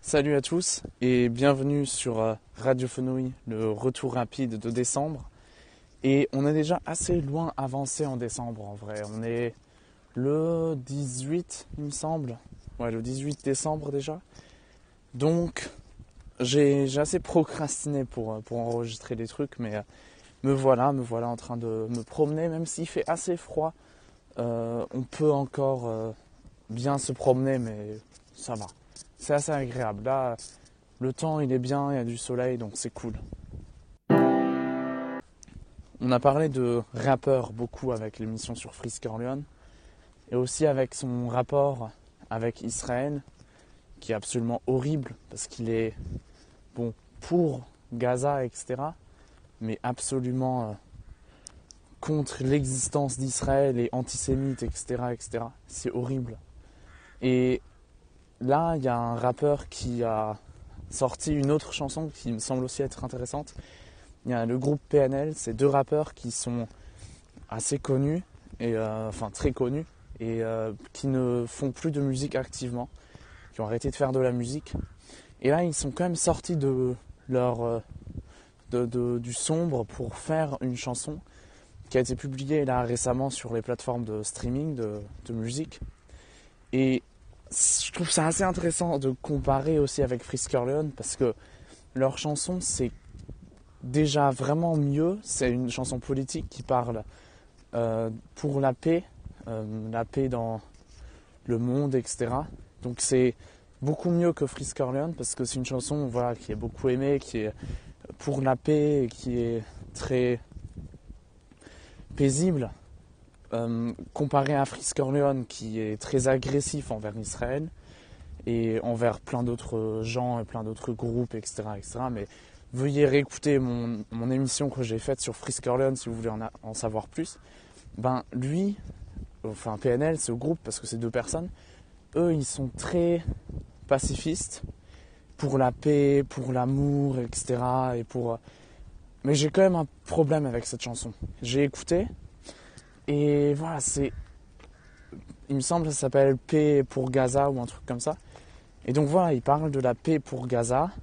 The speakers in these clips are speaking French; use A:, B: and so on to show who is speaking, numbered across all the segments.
A: Salut à tous et bienvenue sur Radio Fenouil, le retour rapide de décembre. Et on est déjà assez loin avancé en décembre en vrai. On est le 18 il me semble. Ouais, le 18 décembre déjà. Donc j'ai assez procrastiné pour enregistrer des trucs, mais me voilà en train de me promener, même s'il fait assez froid. On peut encore bien se promener, mais ça va. C'est assez agréable. Là, le temps il est bien, il y a du soleil, donc c'est cool. On a parlé de rappeur beaucoup avec l'émission sur Frisk Orleans et aussi avec son rapport avec Israël qui est absolument horrible parce qu'il est bon pour Gaza, etc. mais absolument contre l'existence d'Israël et antisémite, etc., etc. C'est horrible. Et là, il y a un rappeur qui a sorti une autre chanson qui me semble aussi être intéressante. Il y a le groupe PNL, c'est deux rappeurs qui sont assez connus, enfin très connus, et qui ne font plus de musique activement, qui ont arrêté de faire de la musique. Et là, ils sont quand même sortis de leur, du sombre pour faire une chanson qui a été publiée là récemment sur les plateformes de streaming de musique. Et je trouve ça assez intéressant de comparer aussi avec Frisk Orleans parce que leur chanson c'est déjà vraiment mieux. C'est une chanson politique qui parle pour la paix dans le monde, etc. Donc c'est beaucoup mieux que Frisk Orleans parce que c'est une chanson voilà, qui est beaucoup aimée, qui est pour la paix et qui est très paisible. Comparé à Frisk Orleans qui est très agressif envers Israël et envers plein d'autres gens et plein d'autres groupes, etc. etc. Mais veuillez réécouter mon émission que j'ai faite sur Frisk Orleans si vous voulez en savoir plus. Ben lui, enfin PNL, c'est au groupe parce que c'est deux personnes, eux ils sont très pacifistes, pour la paix, pour l'amour, etc. Mais j'ai quand même un problème avec cette chanson. J'ai écouté, et voilà, il me semble que ça s'appelle Paix pour Gaza ou un truc comme ça. Et donc voilà, il parle de la paix pour Gaza.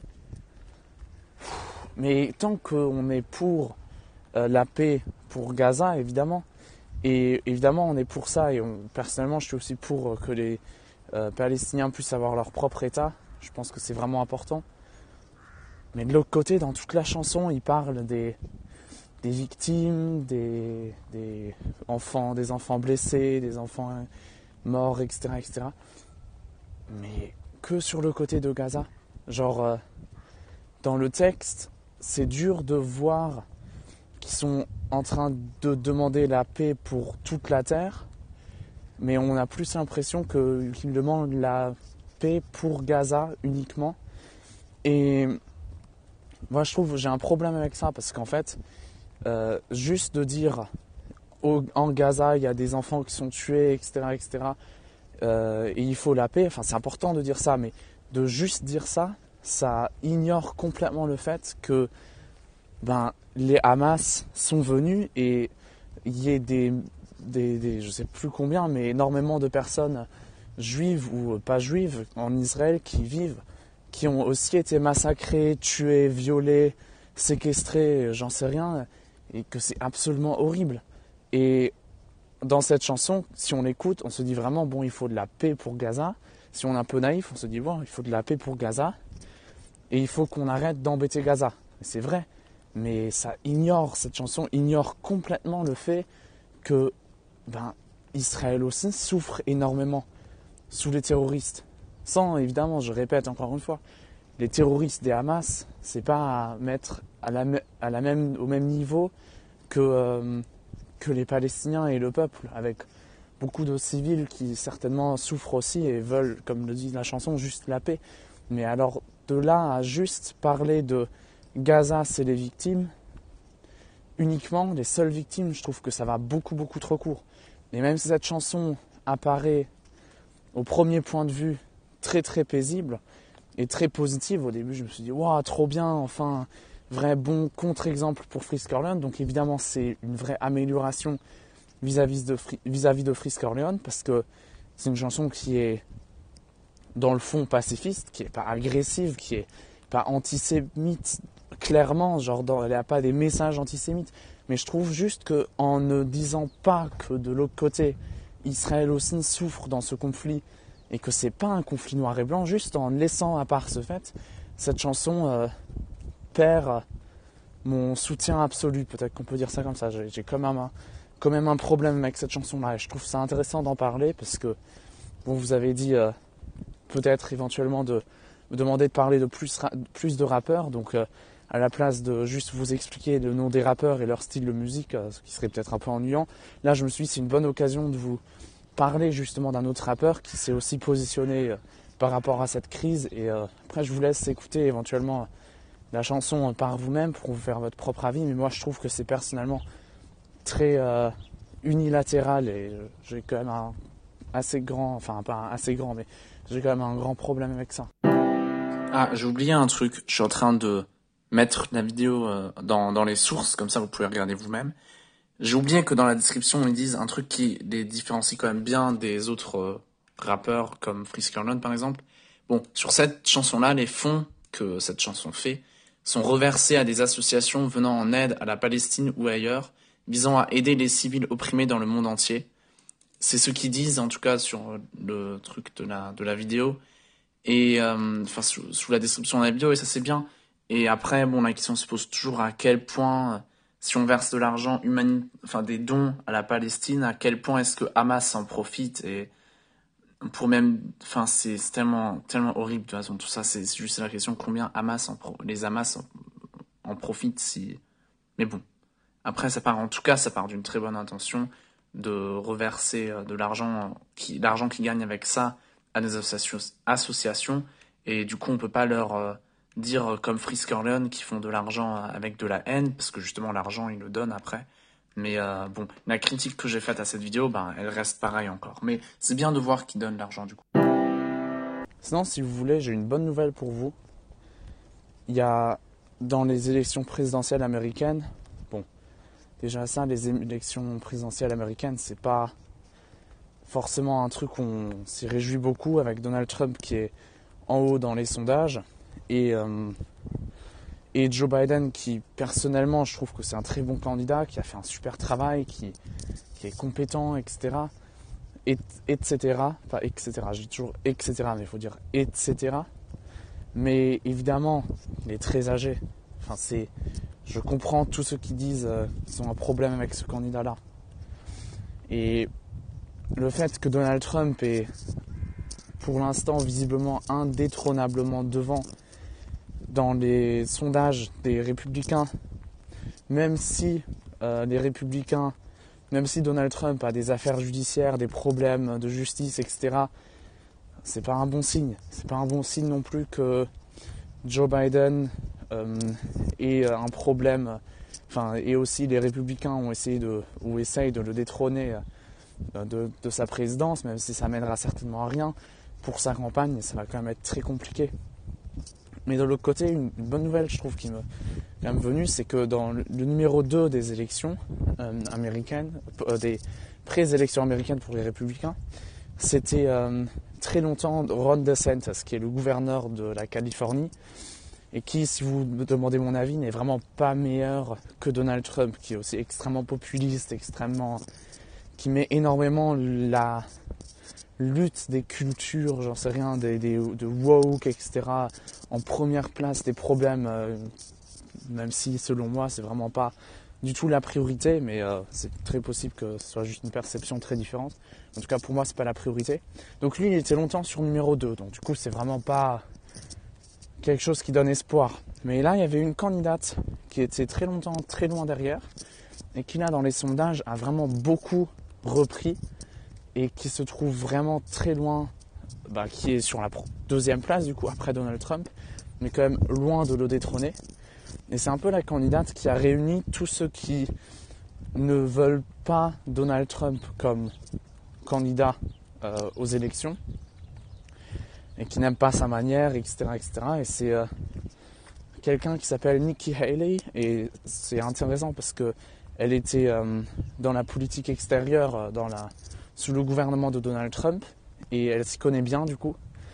A: Mais tant qu'on est pour la paix pour Gaza, évidemment, et évidemment on est pour ça, et personnellement je suis aussi pour que les Palestiniens puissent avoir leur propre État. Je pense que c'est vraiment important. Mais de l'autre côté, dans toute la chanson, il parle des victimes, des enfants blessés, des enfants morts, etc., etc. Mais que sur le côté de Gaza. Genre, dans le texte, c'est dur de voir qu'ils sont en train de demander la paix pour toute la terre, mais on a plus l'impression qu'ils demandent la paix pour Gaza uniquement. Et moi, je trouve j'ai un problème avec ça parce qu'en fait, juste de dire en Gaza, il y a des enfants qui sont tués, etc., etc., et il faut la paix, enfin c'est important de dire ça, mais de juste dire ça, ça ignore complètement le fait que les Hamas sont venus et il y ait des je sais plus combien, mais énormément de personnes juives ou pas juives en Israël qui ont aussi été massacrées, tuées, violées, séquestrées, j'en sais rien, et que c'est absolument horrible. Et dans cette chanson, si on l'écoute, on se dit vraiment, bon, il faut de la paix pour Gaza. Si on est un peu naïf, on se dit, bon, il faut de la paix pour Gaza. Et il faut qu'on arrête d'embêter Gaza. C'est vrai. Mais cette chanson ignore complètement le fait que Israël aussi souffre énormément sous les terroristes. Sans, évidemment, je répète encore une fois, les terroristes des Hamas, c'est pas à mettre au même niveau que les Palestiniens et le peuple, avec beaucoup de civils qui certainement souffrent aussi et veulent, comme le dit la chanson, juste la paix. Mais alors, de là à juste parler de Gaza, c'est les victimes, uniquement les seules victimes, je trouve que ça va beaucoup, beaucoup trop court. Et même si cette chanson apparaît au premier point de vue très, très paisible et très positive, au début je me suis dit, waouh, trop bien, enfin, vrai bon contre-exemple pour Frisk Orleans. Donc évidemment, c'est une vraie amélioration vis-à-vis de Frisk Orleans parce que c'est une chanson qui est dans le fond pacifiste, qui est pas agressive, qui est pas antisémite clairement, genre il n'y a pas des messages antisémites, mais je trouve juste qu'en ne disant pas que de l'autre côté, Israël aussi souffre dans ce conflit et que c'est pas un conflit noir et blanc, juste en laissant à part ce fait, cette chanson perd mon soutien absolu, peut-être qu'on peut dire ça comme ça. J'ai quand même un problème avec cette chanson-là et je trouve ça intéressant d'en parler parce que bon, vous avez dit peut-être éventuellement de me demander de parler de plus de rappeurs, donc à la place de juste vous expliquer le nom des rappeurs et leur style de musique, ce qui serait peut-être un peu ennuyant, là je me suis dit c'est une bonne occasion de vous parler justement d'un autre rappeur qui s'est aussi positionné par rapport à cette crise et après je vous laisse écouter éventuellement la chanson par vous-même pour vous faire votre propre avis, mais moi je trouve que c'est personnellement très unilatéral et j'ai quand même un assez grand, enfin pas assez grand, mais j'ai quand même un grand problème avec ça.
B: Ah, j'ai oublié un truc, je suis en train de mettre la vidéo dans les sources, comme ça vous pouvez regarder vous-même. J'ai oublié que dans la description ils disent un truc qui les différencie quand même bien des autres rappeurs comme Frisk Orleans par exemple. Bon, sur cette chanson-là, les fonds que cette chanson fait sont reversés à des associations venant en aide à la Palestine ou ailleurs, visant à aider les civils opprimés dans le monde entier. C'est ce qu'ils disent en tout cas sur le truc de la vidéo et enfin sous la description de la vidéo et ça c'est bien. Et après bon la question se pose toujours à quel point si on verse de l'argent enfin des dons à la Palestine, à quel point est-ce que Hamas en profite et pour même enfin c'est tellement horrible de toute façon tout ça c'est juste la question combien les Hamas en profitent si mais bon après ça part d'une très bonne intention de reverser de l'argent qui gagne avec ça à des associations et du coup on peut pas leur dire comme Frisk Orleans qui font de l'argent avec de la haine parce que justement l'argent ils le donnent après mais bon la critique que j'ai faite à cette vidéo elle reste pareille encore mais c'est bien de voir qu'ils donnent l'argent du coup.
A: Sinon si vous voulez j'ai une bonne nouvelle pour vous. Il y a dans les élections présidentielles américaines, bon déjà ça les élections présidentielles américaines c'est pas forcément un truc où on s'y réjouit beaucoup avec Donald Trump qui est en haut dans les sondages et Joe Biden qui personnellement je trouve que c'est un très bon candidat, qui a fait un super travail, qui est compétent, etc. etc. Enfin, etc. J'ai toujours etc. mais il faut dire etc. Mais évidemment, il est très âgé. Enfin, je comprends tous ceux qui disent qu'ils ont un problème avec ce candidat-là. Et le fait que Donald Trump est pour l'instant visiblement indétrônablement devant dans les sondages des républicains, même si Donald Trump a des affaires judiciaires, des problèmes de justice, etc., c'est pas un bon signe. C'est pas un bon signe non plus que Joe Biden ait un problème, et aussi les républicains essayent de le détrôner de sa présidence, même si ça mènera certainement à rien. Pour sa campagne, ça va quand même être très compliqué. Mais de l'autre côté, une bonne nouvelle, je trouve, qui m'est quand même venue, c'est que dans le numéro 2 des élections américaines, des pré-élections américaines pour les républicains, c'était très longtemps Ron DeSantis, qui est le gouverneur de la Californie, et qui, si vous me demandez mon avis, n'est vraiment pas meilleur que Donald Trump, qui est aussi extrêmement populiste, qui met énormément la lutte des cultures, j'en sais rien, de woke, etc., en première place des problèmes, même si selon moi c'est vraiment pas du tout la priorité, mais c'est très possible que ce soit juste une perception très différente. En tout cas pour moi c'est pas la priorité. Donc lui il était longtemps sur numéro 2, donc du coup c'est vraiment pas quelque chose qui donne espoir. Mais là il y avait une candidate qui était très longtemps très loin derrière et qui là dans les sondages a vraiment beaucoup repris et qui se trouve vraiment très loin, qui est sur la deuxième place du coup après Donald Trump, mais quand même loin de le détrôner. Et c'est un peu la candidate qui a réuni tous ceux qui ne veulent pas Donald Trump comme candidat aux élections et qui n'aiment pas sa manière, etc. etc. Et c'est quelqu'un qui s'appelle Nikki Haley et c'est intéressant parce qu'elle était dans la politique extérieure, sous le gouvernement de Donald Trump et elle s'y connaît bien du coup.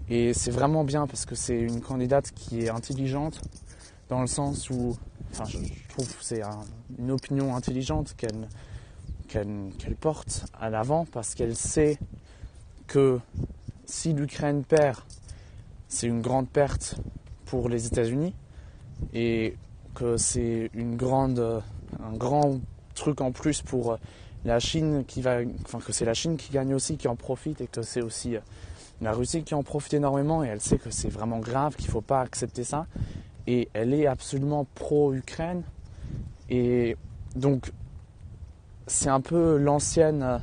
A: Et c'est vraiment bien parce que c'est une candidate qui est intelligente dans le sens où, enfin je trouve que c'est une opinion intelligente qu'elle porte à l'avant parce qu'elle sait que si l'Ukraine perd, c'est une grande perte pour les États-Unis et que c'est un grand truc en plus pour la Chine que c'est la Chine qui gagne aussi, qui en profite et que c'est aussi la Russie qui en profite énormément et elle sait que c'est vraiment grave, qu'il ne faut pas accepter ça. Et elle est absolument pro-Ukraine. Et donc, c'est un peu l'ancienne,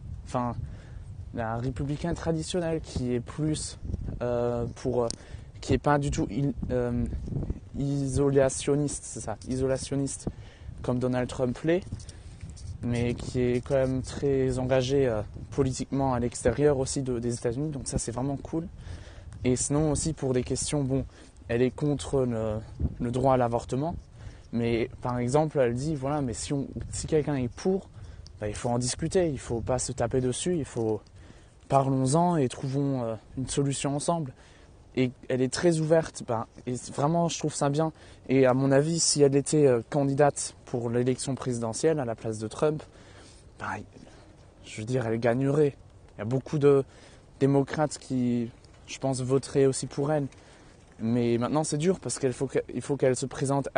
A: la républicaine traditionnelle qui est plus qui est pas du tout isolationniste, c'est ça, isolationniste comme Donald Trump l'est, mais qui est quand même très engagée politiquement à l'extérieur aussi des États-Unis, donc ça c'est vraiment cool. Et sinon aussi pour des questions, elle est contre le droit à l'avortement, mais par exemple elle dit voilà, mais si quelqu'un est pour, il faut en discuter, il ne faut pas se taper dessus, parlons-en et trouvons une solution ensemble. Et elle est très ouverte, et vraiment je trouve ça bien. Et à mon avis, si elle était candidate pour l'élection présidentielle à la place de Trump, je veux dire, elle gagnerait. Il y a beaucoup de démocrates qui, je pense, voteraient aussi pour elle. Mais maintenant c'est dur parce qu'il faut qu'elle se présente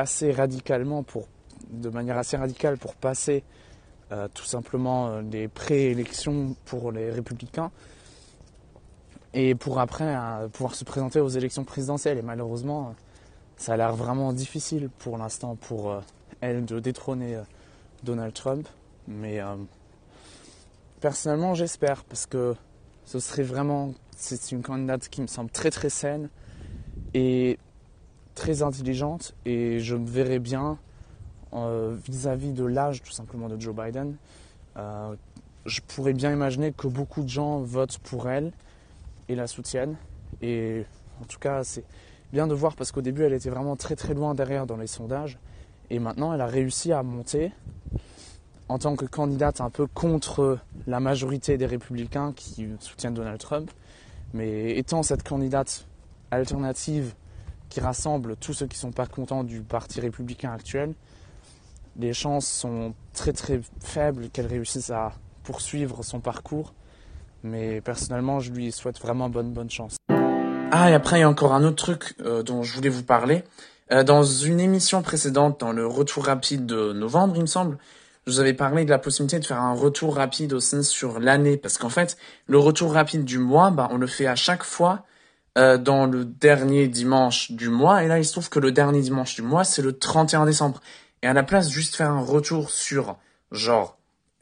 A: de manière assez radicale pour passer tout simplement les préélections pour les républicains. Et pour après pouvoir se présenter aux élections présidentielles. Et malheureusement, ça a l'air vraiment difficile pour l'instant pour elle de détrôner Donald Trump. Mais personnellement, j'espère parce que c'est une candidate qui me semble très très saine et très intelligente. Et je me verrais bien vis-à-vis de l'âge tout simplement de Joe Biden. Je pourrais bien imaginer que beaucoup de gens votent pour elle et la soutiennent. Et en tout cas, c'est bien de voir parce qu'au début, elle était vraiment très très loin derrière dans les sondages. Et maintenant, elle a réussi à monter en tant que candidate un peu contre la majorité des républicains qui soutiennent Donald Trump. Mais étant cette candidate alternative qui rassemble tous ceux qui ne sont pas contents du parti républicain actuel, les chances sont très très faibles qu'elle réussisse à poursuivre son parcours. Mais personnellement, je lui souhaite vraiment bonne chance.
B: Ah, et après, il y a encore un autre truc dont je voulais vous parler. Dans une émission précédente, dans le retour rapide de novembre, il me semble, je vous avais parlé de la possibilité de faire un retour rapide aussi sur l'année. Parce qu'en fait, le retour rapide du mois, on le fait à chaque fois dans le dernier dimanche du mois. Et là, il se trouve que le dernier dimanche du mois, c'est le 31 décembre. Et à la place, juste faire un retour sur, genre,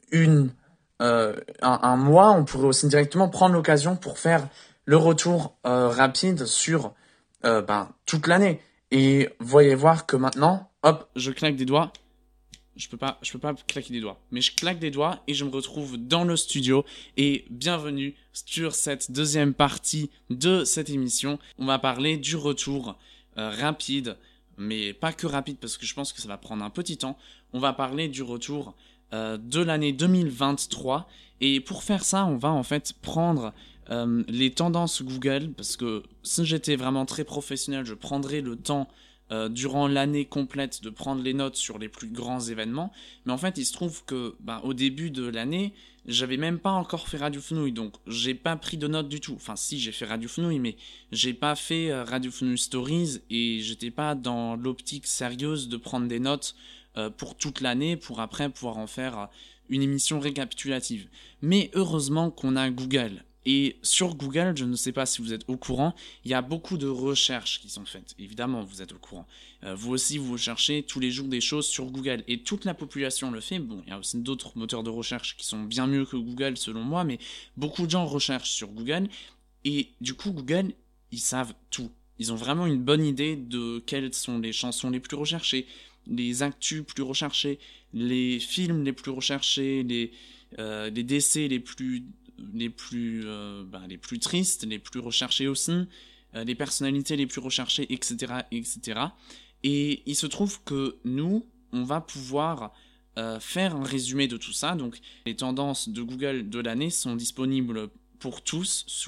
B: un mois, on pourrait aussi directement prendre l'occasion pour faire le retour rapide sur toute l'année. Et voyez voir que maintenant, hop, je claque des doigts. Je peux pas claquer des doigts, mais je claque des doigts et je me retrouve dans le studio. Et bienvenue sur cette deuxième partie de cette émission. On va parler du retour rapide, mais pas que rapide parce que je pense que ça va prendre un petit temps. On va parler du retour de l'année 2023 et pour faire ça on va en fait prendre les tendances Google parce que si j'étais vraiment très professionnel je prendrais le temps durant l'année complète de prendre les notes sur les plus grands événements, mais en fait il se trouve que au début de l'année j'avais même pas encore fait Radio Fenouil, donc j'ai pas pris de notes du tout. Enfin si, j'ai fait Radio Fenouil, mais j'ai pas fait Radio Fenouil Stories et j'étais pas dans l'optique sérieuse de prendre des notes pour toute l'année, pour après pouvoir en faire une émission récapitulative. Mais heureusement qu'on a Google. Et sur Google, je ne sais pas si vous êtes au courant, il y a beaucoup de recherches qui sont faites. Évidemment, vous êtes au courant. Vous aussi, vous cherchez tous les jours des choses sur Google. Et toute la population le fait. Bon, il y a aussi d'autres moteurs de recherche qui sont bien mieux que Google selon moi, mais beaucoup de gens recherchent sur Google. Et du coup, Google, ils savent tout. Ils ont vraiment une bonne idée de quelles sont les chansons les plus recherchées, les actus plus recherchés, les films les plus recherchés, les décès les plus tristes, les plus recherchés aussi, les personnalités les plus recherchées, etc., etc. Et il se trouve que nous, on va pouvoir faire un résumé de tout ça. Donc, les tendances de Google de l'année sont disponibles pour tous sous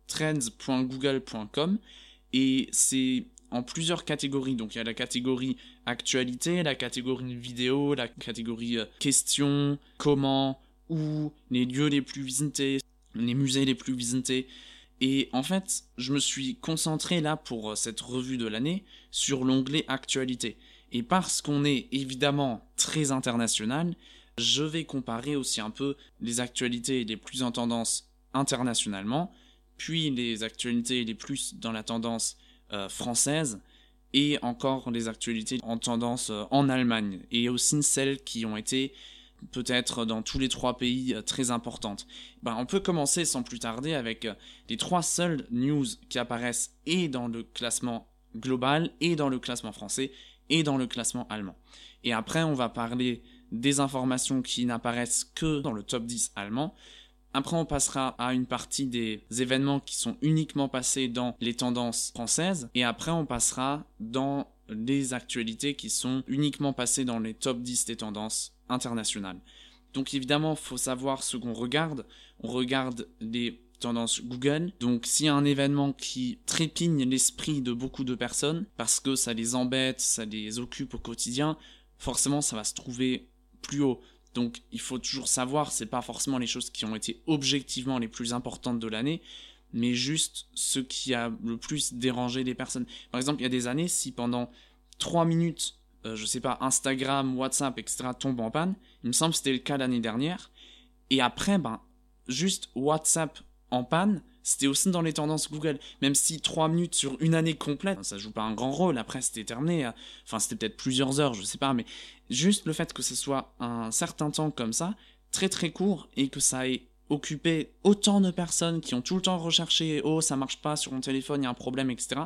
B: trends.google.com et c'est en plusieurs catégories. Donc il y a la catégorie actualité, la catégorie vidéo, la catégorie questions, comment, où, les lieux les plus visités, les musées les plus visités. Et en fait, je me suis concentré là pour cette revue de l'année sur l'onglet actualité. Et parce qu'on est évidemment très international, je vais comparer aussi un peu les actualités les plus en tendance internationalement, puis les actualités les plus dans la tendance française, et encore les actualités en tendance en Allemagne, et aussi celles qui ont été peut-être dans tous les 3 pays très importantes. On peut commencer sans plus tarder avec les 3 seules news qui apparaissent et dans le classement global, et dans le classement français, et dans le classement allemand. Et après, on va parler des informations qui n'apparaissent que dans le top 10 allemand. Après, on passera à une partie des événements qui sont uniquement passés dans les tendances françaises. Et après, on passera dans les actualités qui sont uniquement passées dans les top 10 des tendances internationales. Donc évidemment, il faut savoir ce qu'on regarde. On regarde les tendances Google. Donc s'il y a un événement qui trépigne l'esprit de beaucoup de personnes, parce que ça les embête, ça les occupe au quotidien, forcément ça va se trouver plus haut. Donc il faut toujours savoir, c'est pas forcément les choses qui ont été objectivement les plus importantes de l'année, mais juste ce qui a le plus dérangé les personnes. Par exemple, il y a des années, si pendant 3 minutes, je sais pas, Instagram, WhatsApp, etc. tombent en panne, il me semble que c'était le cas l'année dernière, et après, juste WhatsApp en panne, c'était aussi dans les tendances Google. Même si 3 minutes sur une année complète, ça joue pas un grand rôle, après c'était terminé, enfin c'était peut-être plusieurs heures, je sais pas, mais juste le fait que ce soit un certain temps comme ça, très très court, et que ça ait occupé autant de personnes qui ont tout le temps recherché, oh ça marche pas sur mon téléphone, il y a un problème, etc.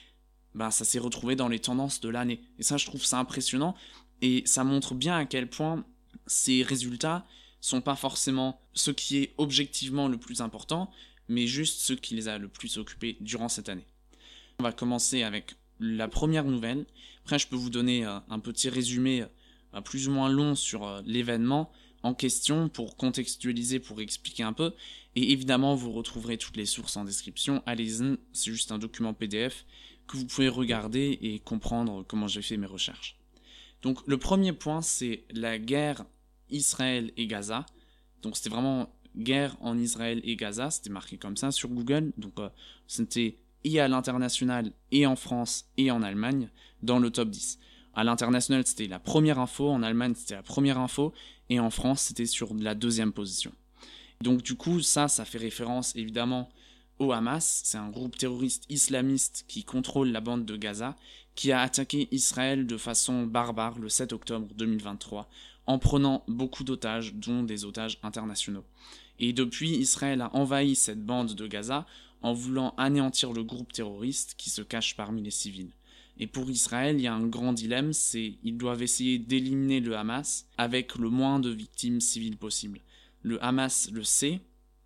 B: Ça s'est retrouvé dans les tendances de l'année. Et ça, je trouve ça impressionnant, et ça montre bien à quel point ces résultats sont pas forcément ce qui est objectivement le plus important, mais juste ce qui les a le plus occupés durant cette année. On va commencer avec la première nouvelle. Après, je peux vous donner un petit résumé plus ou moins long sur l'événement en question pour contextualiser, pour expliquer un peu. Et évidemment, vous retrouverez toutes les sources en description. Allez-y, c'est juste un document PDF que vous pouvez regarder et comprendre comment j'ai fait mes recherches. Donc le premier point, c'est la guerre Israël et Gaza. Donc c'était vraiment guerre en Israël et Gaza, c'était marqué comme ça sur Google. Donc c'était et à l'international et en France et en Allemagne dans le top 10. À l'international, c'était la première info, en Allemagne, c'était la première info, et en France, c'était sur la 2e position. Donc du coup, ça fait référence évidemment au Hamas. C'est un groupe terroriste islamiste qui contrôle la bande de Gaza, qui a attaqué Israël de façon barbare le 7 octobre 2023, en prenant beaucoup d'otages, dont des otages internationaux. Et depuis, Israël a envahi cette bande de Gaza en voulant anéantir le groupe terroriste qui se cache parmi les civils. Et pour Israël, il y a un grand dilemme, c'est qu'ils doivent essayer d'éliminer le Hamas avec le moins de victimes civiles possible. Le Hamas le sait,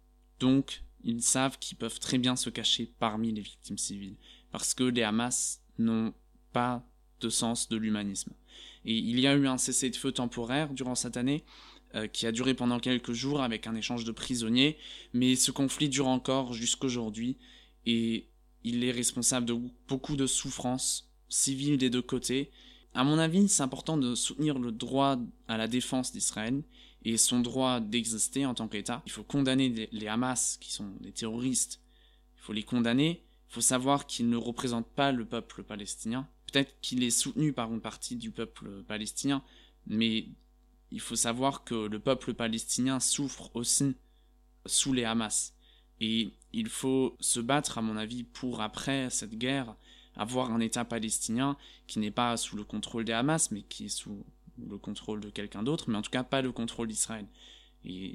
B: donc ils savent qu'ils peuvent très bien se cacher parmi les victimes civiles, parce que les Hamas n'ont pas de sens de l'humanisme. Et il y a eu un cessez-le-feu temporaire durant cette année, qui a duré pendant quelques jours avec un échange de prisonniers, mais ce conflit dure encore jusqu'aujourd'hui, et il est responsable de beaucoup de souffrances civiles des 2 côtés. À mon avis, c'est important de soutenir le droit à la défense d'Israël et son droit d'exister en tant qu'État. Il faut condamner les Hamas, qui sont des terroristes, il faut les condamner. Il faut savoir qu'ils ne représentent pas le peuple palestinien. Peut-être qu'il est soutenu par une partie du peuple palestinien, mais il faut savoir que le peuple palestinien souffre aussi sous les Hamas. Et il faut se battre, à mon avis, pour, après cette guerre, avoir un État palestinien qui n'est pas sous le contrôle des Hamas, mais qui est sous le contrôle de quelqu'un d'autre, mais en tout cas pas le contrôle d'Israël. Et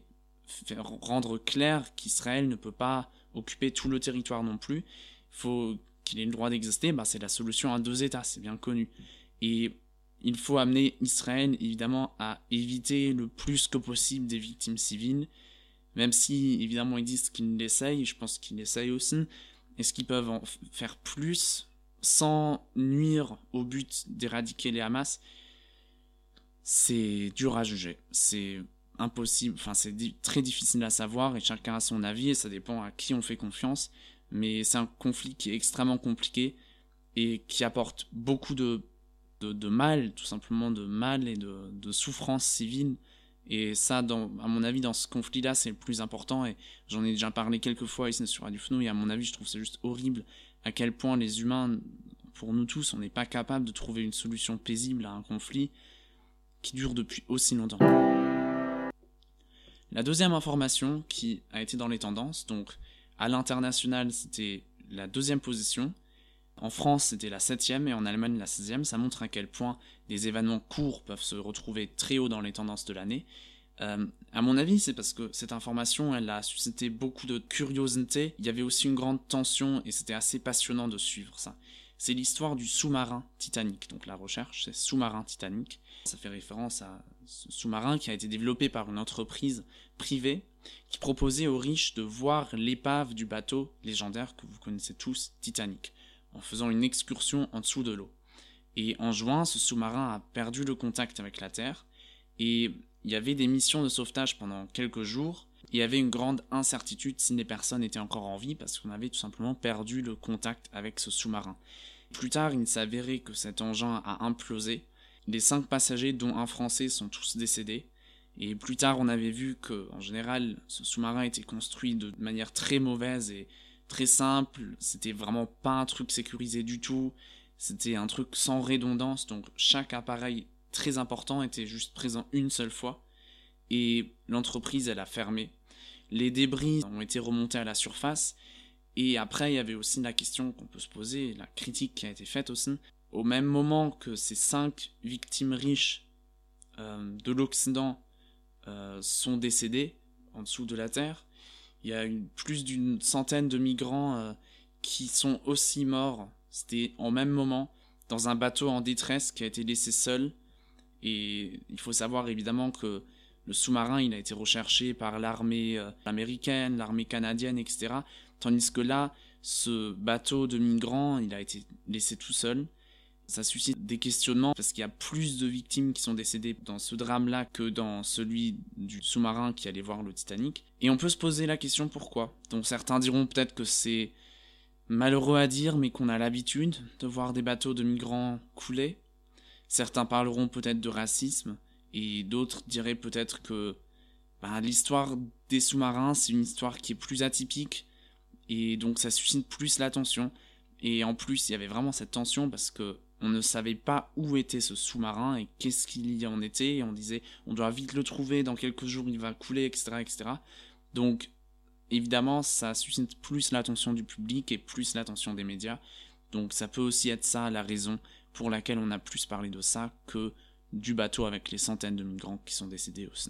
B: rendre clair qu'Israël ne peut pas occuper tout le territoire non plus. Il faut qu'il ait le droit d'exister, c'est la solution à 2 États, c'est bien connu. Et il faut amener Israël, évidemment, à éviter le plus que possible des victimes civiles, même si, évidemment, ils disent qu'ils l'essayent, je pense qu'ils l'essayent aussi. Est-ce qu'ils peuvent en faire plus sans nuire au but d'éradiquer les Hamas? C'est dur à juger, c'est impossible, c'est très difficile à savoir, et chacun a son avis, et ça dépend à qui on fait confiance. mais c'est un conflit qui est extrêmement compliqué et qui apporte beaucoup de mal, tout simplement de mal et de souffrance civile. Et ça, à mon avis, dans ce conflit-là, c'est le plus important. Et j'en ai déjà parlé quelques fois ici sur Radio Fenouil. Et à mon avis, je trouve c'est juste horrible à quel point les humains, pour nous tous, on n'est pas capable de trouver une solution paisible à un conflit qui dure depuis aussi longtemps. La deuxième information qui a été dans les tendances, donc à l'international, c'était la 2e position. En France, c'était la 7e et en Allemagne, la 6e. Ça montre à quel point des événements courts peuvent se retrouver très haut dans les tendances de l'année. À mon avis, c'est parce que cette information, elle a suscité beaucoup de curiosité. Il y avait aussi une grande tension et c'était assez passionnant de suivre ça. C'est l'histoire du sous-marin Titanic. Donc la recherche, c'est sous-marin Titanic. Ça fait référence à ce sous-marin qui a été développé par une entreprise privée qui proposait aux riches de voir l'épave du bateau légendaire que vous connaissez tous, Titanic, en faisant une excursion en dessous de l'eau. Et en juin, ce sous-marin a perdu le contact avec la Terre, et il y avait des missions de sauvetage pendant quelques jours, et il y avait une grande incertitude si les personnes étaient encore en vie, parce qu'on avait tout simplement perdu le contact avec ce sous-marin. Plus tard, il s'avérait que cet engin a implosé, les 5 passagers, dont un Français, sont tous décédés, et plus tard, on avait vu que, en général, ce sous-marin était construit de manière très mauvaise et très simple, c'était vraiment pas un truc sécurisé du tout, c'était un truc sans redondance, donc chaque appareil très important était juste présent une seule fois, et l'entreprise elle a fermé. Les débris ont été remontés à la surface, et après il y avait aussi la question qu'on peut se poser, la critique qui a été faite aussi, au même moment que ces 5 victimes riches de l'Occident sont décédées en dessous de la Terre, il y a plus d'une centaine de migrants qui sont aussi morts. C'était en même moment, dans un bateau en détresse qui a été laissé seul. Et il faut savoir évidemment que le sous-marin, il a été recherché par l'armée américaine, l'armée canadienne, etc. Tandis que là, ce bateau de migrants, il a été laissé tout seul. Ça suscite des questionnements parce qu'il y a plus de victimes qui sont décédées dans ce drame-là que dans celui du sous-marin qui allait voir le Titanic. Et on peut se poser la question pourquoi. Donc certains diront peut-être que c'est malheureux à dire mais qu'on a l'habitude de voir des bateaux de migrants couler. Certains parleront peut-être de racisme et d'autres diraient peut-être que l'histoire des sous-marins c'est une histoire qui est plus atypique et donc ça suscite plus l'attention. Et en plus, il y avait vraiment cette tension parce que on ne savait pas où était ce sous-marin et qu'est-ce qu'il y en était. Et on disait, on doit vite le trouver, dans quelques jours il va couler, etc., etc. Donc, évidemment, ça suscite plus l'attention du public et plus l'attention des médias. Donc, ça peut aussi être ça la raison pour laquelle on a plus parlé de ça que du bateau avec les centaines de migrants qui sont décédés aussi.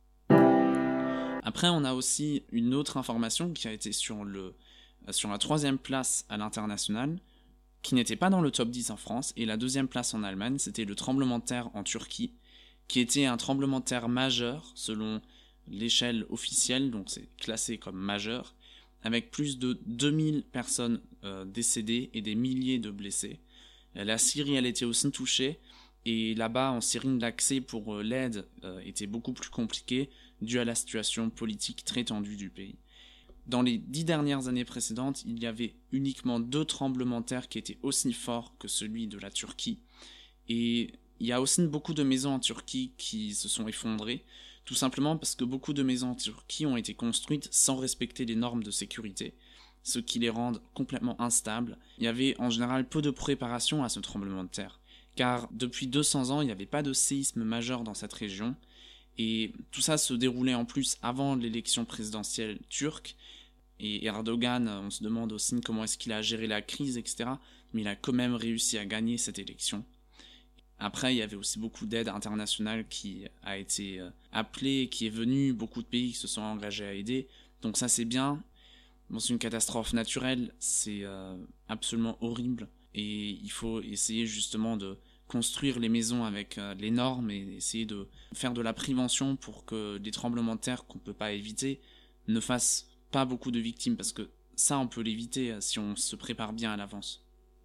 B: Après, on a aussi une autre information qui a été sur la 3e place à l'international, qui n'était pas dans le top 10 en France, et la 2e place en Allemagne, c'était le tremblement de terre en Turquie, qui était un tremblement de terre majeur selon l'échelle officielle, donc c'est classé comme majeur, avec plus de 2000 personnes décédées et des milliers de blessés. La Syrie, elle était aussi touchée, et là-bas, en Syrie, l'accès pour l'aide était beaucoup plus compliqué, dû à la situation politique très tendue du pays. Dans les 10 dernières années précédentes, il y avait uniquement 2 tremblements de terre qui étaient aussi forts que celui de la Turquie. Et il y a aussi beaucoup de maisons en Turquie qui se sont effondrées, tout simplement parce que beaucoup de maisons en Turquie ont été construites sans respecter les normes de sécurité, ce qui les rend complètement instables. Il y avait en général peu de préparation à ce tremblement de terre, car depuis 200 ans, il n'y avait pas de séisme majeur dans cette région, et tout ça se déroulait en plus avant l'élection présidentielle turque. Et Erdogan, on se demande aussi comment est-ce qu'il a géré la crise, etc. Mais il a quand même réussi à gagner cette élection. Après, il y avait aussi beaucoup d'aide internationale qui a été appelée, qui est venue, beaucoup de pays qui se sont engagés à aider. Donc ça c'est bien. Bon, c'est une catastrophe naturelle, c'est absolument horrible. Et il faut essayer justement de construire les maisons avec les normes et essayer de faire de la prévention pour que des tremblements de terre qu'on ne peut pas éviter ne fassent pas beaucoup de victimes, parce que ça on peut l'éviter si on se prépare bien à l'avance.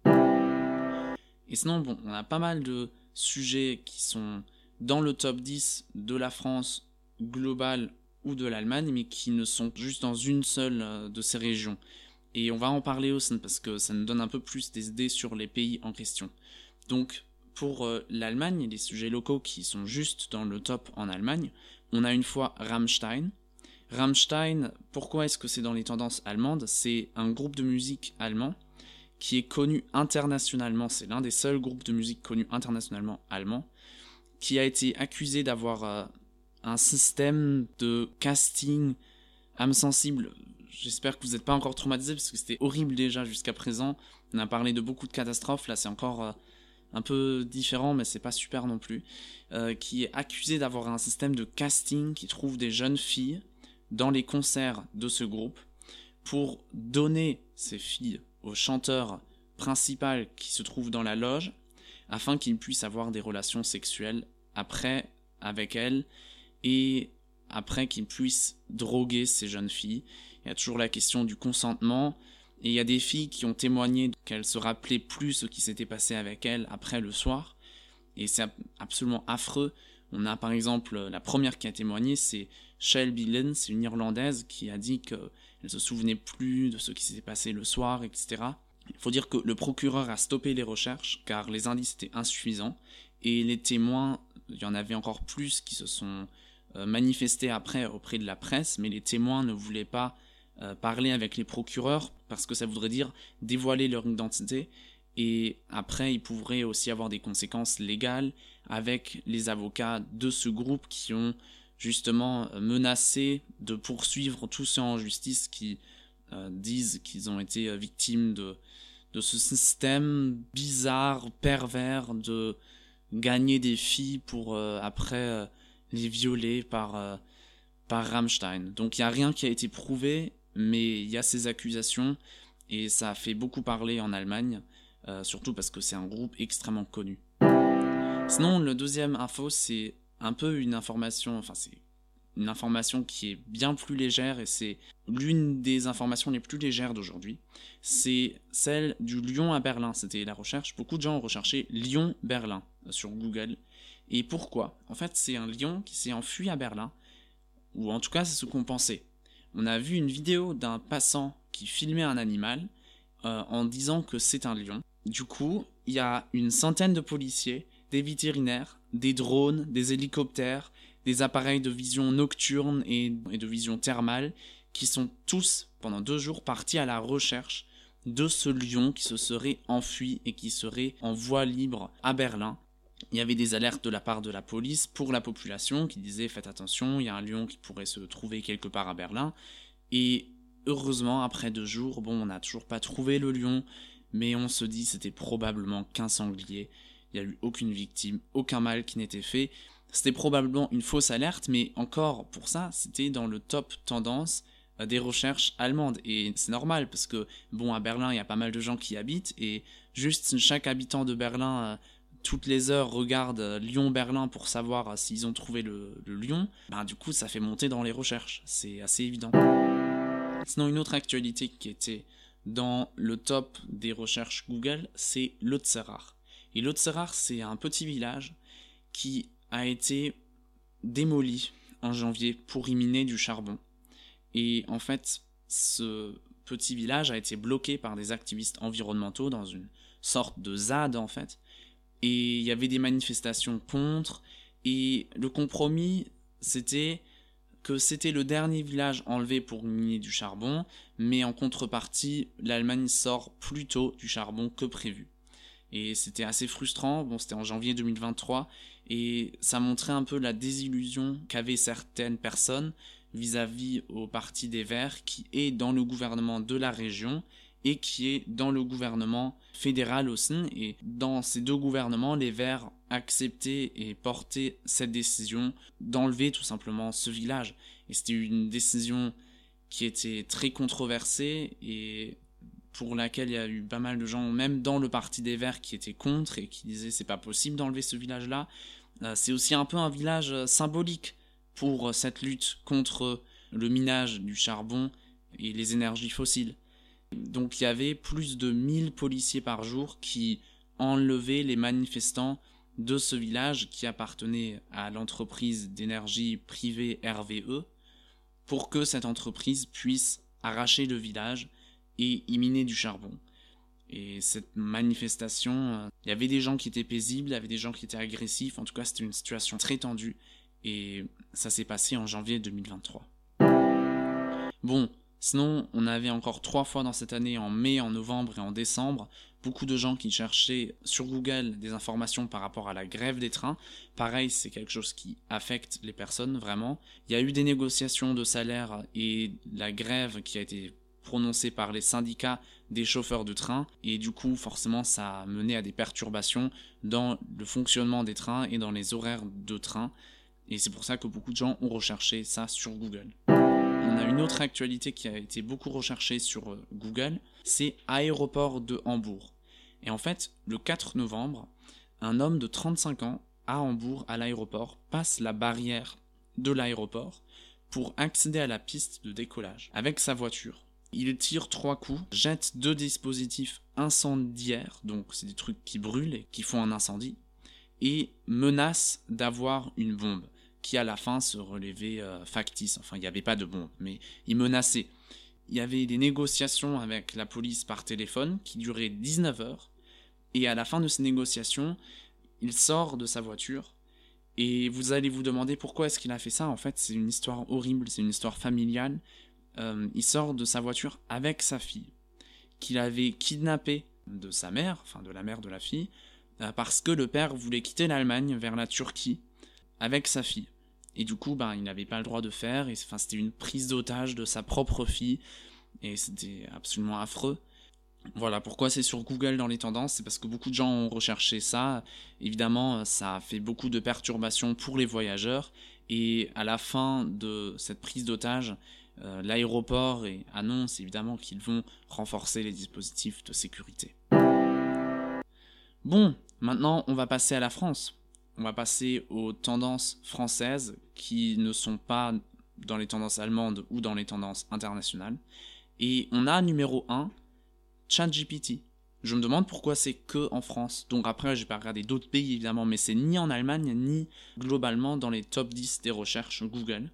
B: Et sinon, bon, on a pas mal de sujets qui sont dans le top 10 de la France globale ou de l'Allemagne, mais qui ne sont juste dans une seule de ces régions.
C: Et on va en parler aussi parce que ça nous donne un peu plus des idées sur les pays en question. Donc pour l'Allemagne et les sujets locaux qui sont juste dans le top en Allemagne, on a une fois Rammstein. Rammstein, pourquoi est-ce que c'est dans les tendances allemandes? C'est un groupe de musique allemand qui est connu internationalement, c'est l'un des seuls groupes de musique connus internationalement allemands, qui a été accusé d'avoir un système de casting âme sensible. J'espère que vous n'êtes pas encore traumatisés parce que c'était horrible déjà jusqu'à présent. On a parlé de beaucoup de catastrophes, là c'est encore un peu différent mais c'est pas super non plus. Qui est accusé d'avoir un système de casting qui trouve des jeunes filles dans les concerts de ce groupe pour donner ces filles au chanteur principal qui se trouve dans la loge afin qu'il puisse avoir des relations sexuelles après avec elles et après qu'il puisse droguer ces jeunes filles. Il y a toujours la question du consentement et il y a des filles qui ont témoigné qu'elles se rappelaient plus ce qui s'était passé avec elles après le soir et c'est absolument affreux. On a par exemple la première qui a témoigné, c'est Shelby Lynn, c'est une Irlandaise qui a dit qu'elle ne se souvenait plus de ce qui s'était passé le soir, etc. Il faut dire que le procureur a stoppé les recherches car les indices étaient insuffisants et les témoins, il y en avait encore plus qui se sont manifestés après auprès de la presse, mais les témoins ne voulaient pas parler avec les procureurs parce que ça voudrait dire dévoiler leur identité et après il pourrait aussi avoir des conséquences légales avec les avocats de ce groupe qui ont justement menacé de poursuivre tous ceux en justice qui disent qu'ils ont été victimes de ce système bizarre, pervers de gagner des filles pour après les violer par Rammstein. Donc il n'y a rien qui a été prouvé, mais il y a ces accusations et ça a fait beaucoup parler en Allemagne, surtout parce que c'est un groupe extrêmement connu. Sinon, le deuxième info, c'est un peu une information, enfin c'est une information qui est bien plus légère et c'est l'une des informations les plus légères d'aujourd'hui. C'est celle du Lyon à Berlin. C'était la recherche. Beaucoup de gens ont recherché Lyon-Berlin sur Google. Et pourquoi? En fait, c'est un lion qui s'est enfui à Berlin, ou en tout cas, c'est ce qu'on pensait. On a vu une vidéo d'un passant qui filmait un animal en disant que c'est un lion. Du coup, il y a une centaine de policiers, des vétérinaires, des drones, des hélicoptères, des appareils de vision nocturne et de vision thermale qui sont tous, pendant 2 jours, partis à la recherche de ce lion qui se serait enfui et qui serait en voie libre à Berlin. Il y avait des alertes de la part de la police pour la population qui disaient faites attention, il y a un lion qui pourrait se trouver quelque part à Berlin. Et heureusement, après 2 jours, bon, on n'a toujours pas trouvé le lion, mais on se dit c'était probablement qu'un sanglier. Il n'y a eu aucune victime, aucun mal qui n'était fait. C'était probablement une fausse alerte, mais encore pour ça, c'était dans le top tendance des recherches allemandes. Et c'est normal, parce que, bon, à Berlin, il y a pas mal de gens qui y habitent, et juste chaque habitant de Berlin, toutes les heures, regarde Lyon-Berlin pour savoir s'ils ont trouvé le lion. Ben, du coup, ça fait monter dans les recherches. C'est assez évident. Sinon, une autre actualité qui était dans le top des recherches Google, c'est Lotzerar. Et Lotzerar, c'est un petit village qui a été démoli en janvier pour y miner du charbon. Et en fait, ce petit village a été bloqué par des activistes environnementaux dans une sorte de ZAD en fait. Et il y avait des manifestations contre. Et le compromis, c'était que c'était le dernier village enlevé pour miner du charbon, mais en contrepartie, l'Allemagne sort plus tôt du charbon que prévu. Et c'était assez frustrant, bon c'était en janvier 2023, et ça montrait un peu la désillusion qu'avaient certaines personnes vis-à-vis au Parti des Verts, qui est dans le gouvernement de la région, et qui est dans le gouvernement fédéral aussi, et dans ces 2 gouvernements, les Verts acceptaient et portaient cette décision d'enlever tout simplement ce village. Et c'était une décision qui était très controversée, et pour laquelle il y a eu pas mal de gens, même dans le Parti des Verts, qui étaient contre et qui disaient c'est pas possible d'enlever ce village-là. C'est aussi un peu un village symbolique pour cette lutte contre le minage du charbon et les énergies fossiles. Donc il y avait plus de 1000 policiers par jour qui enlevaient les manifestants de ce village qui appartenait à l'entreprise d'énergie privée RWE pour que cette entreprise puisse arracher le village et y minaient du charbon. Et cette manifestation, il y avait des gens qui étaient paisibles, il y avait des gens qui étaient agressifs, en tout cas c'était une situation très tendue, et ça s'est passé en janvier 2023. Bon, sinon on avait encore 3 fois dans cette année, en mai, en novembre et en décembre, beaucoup de gens qui cherchaient sur Google des informations par rapport à la grève des trains. Pareil, c'est quelque chose qui affecte les personnes vraiment. Il y a eu des négociations de salaire et la grève qui a été prononcée par les syndicats des chauffeurs de train, et du coup forcément ça a mené à des perturbations dans le fonctionnement des trains et dans les horaires de train, et c'est pour ça que beaucoup de gens ont recherché ça sur Google. On a une autre actualité qui a été beaucoup recherchée sur Google, c'est Aéroport de Hambourg. Et en fait, le 4 novembre, un homme de 35 ans à Hambourg, à l'aéroport, passe la barrière de l'aéroport pour accéder à la piste de décollage avec sa voiture. Il tire 3 coups, jette 2 dispositifs incendiaires, donc c'est des trucs qui brûlent et qui font un incendie, et menace d'avoir une bombe, qui à la fin se relevait factice. Enfin, il n'y avait pas de bombe, mais il menaçait. Il y avait des négociations avec la police par téléphone qui duraient 19 heures, et à la fin de ces négociations, il sort de sa voiture, et vous allez vous demander pourquoi est-ce qu'il a fait ça. En fait, c'est une histoire horrible, c'est une histoire familiale. Il sort de sa voiture avec sa fille, qu'il avait kidnappée de sa mère, enfin de la mère de la fille, parce que le père voulait quitter l'Allemagne vers la Turquie avec sa fille. Et du coup, il n'avait pas le droit de faire, et c'était une prise d'otage de sa propre fille, et c'était absolument affreux. Voilà pourquoi c'est sur Google dans les tendances, c'est parce que beaucoup de gens ont recherché ça. Évidemment, ça a fait beaucoup de perturbations pour les voyageurs, et à la fin de cette prise d'otage, l'aéroport annonce évidemment qu'ils vont renforcer les dispositifs de sécurité. Bon, maintenant on va passer à la France. On va passer aux tendances françaises qui ne sont pas dans les tendances allemandes ou dans les tendances internationales. Et on a numéro 1, ChatGPT. Je me demande pourquoi c'est que en France. Donc après, je vais pas regarder d'autres pays évidemment, mais c'est ni en Allemagne, ni globalement dans les top 10 des recherches Google.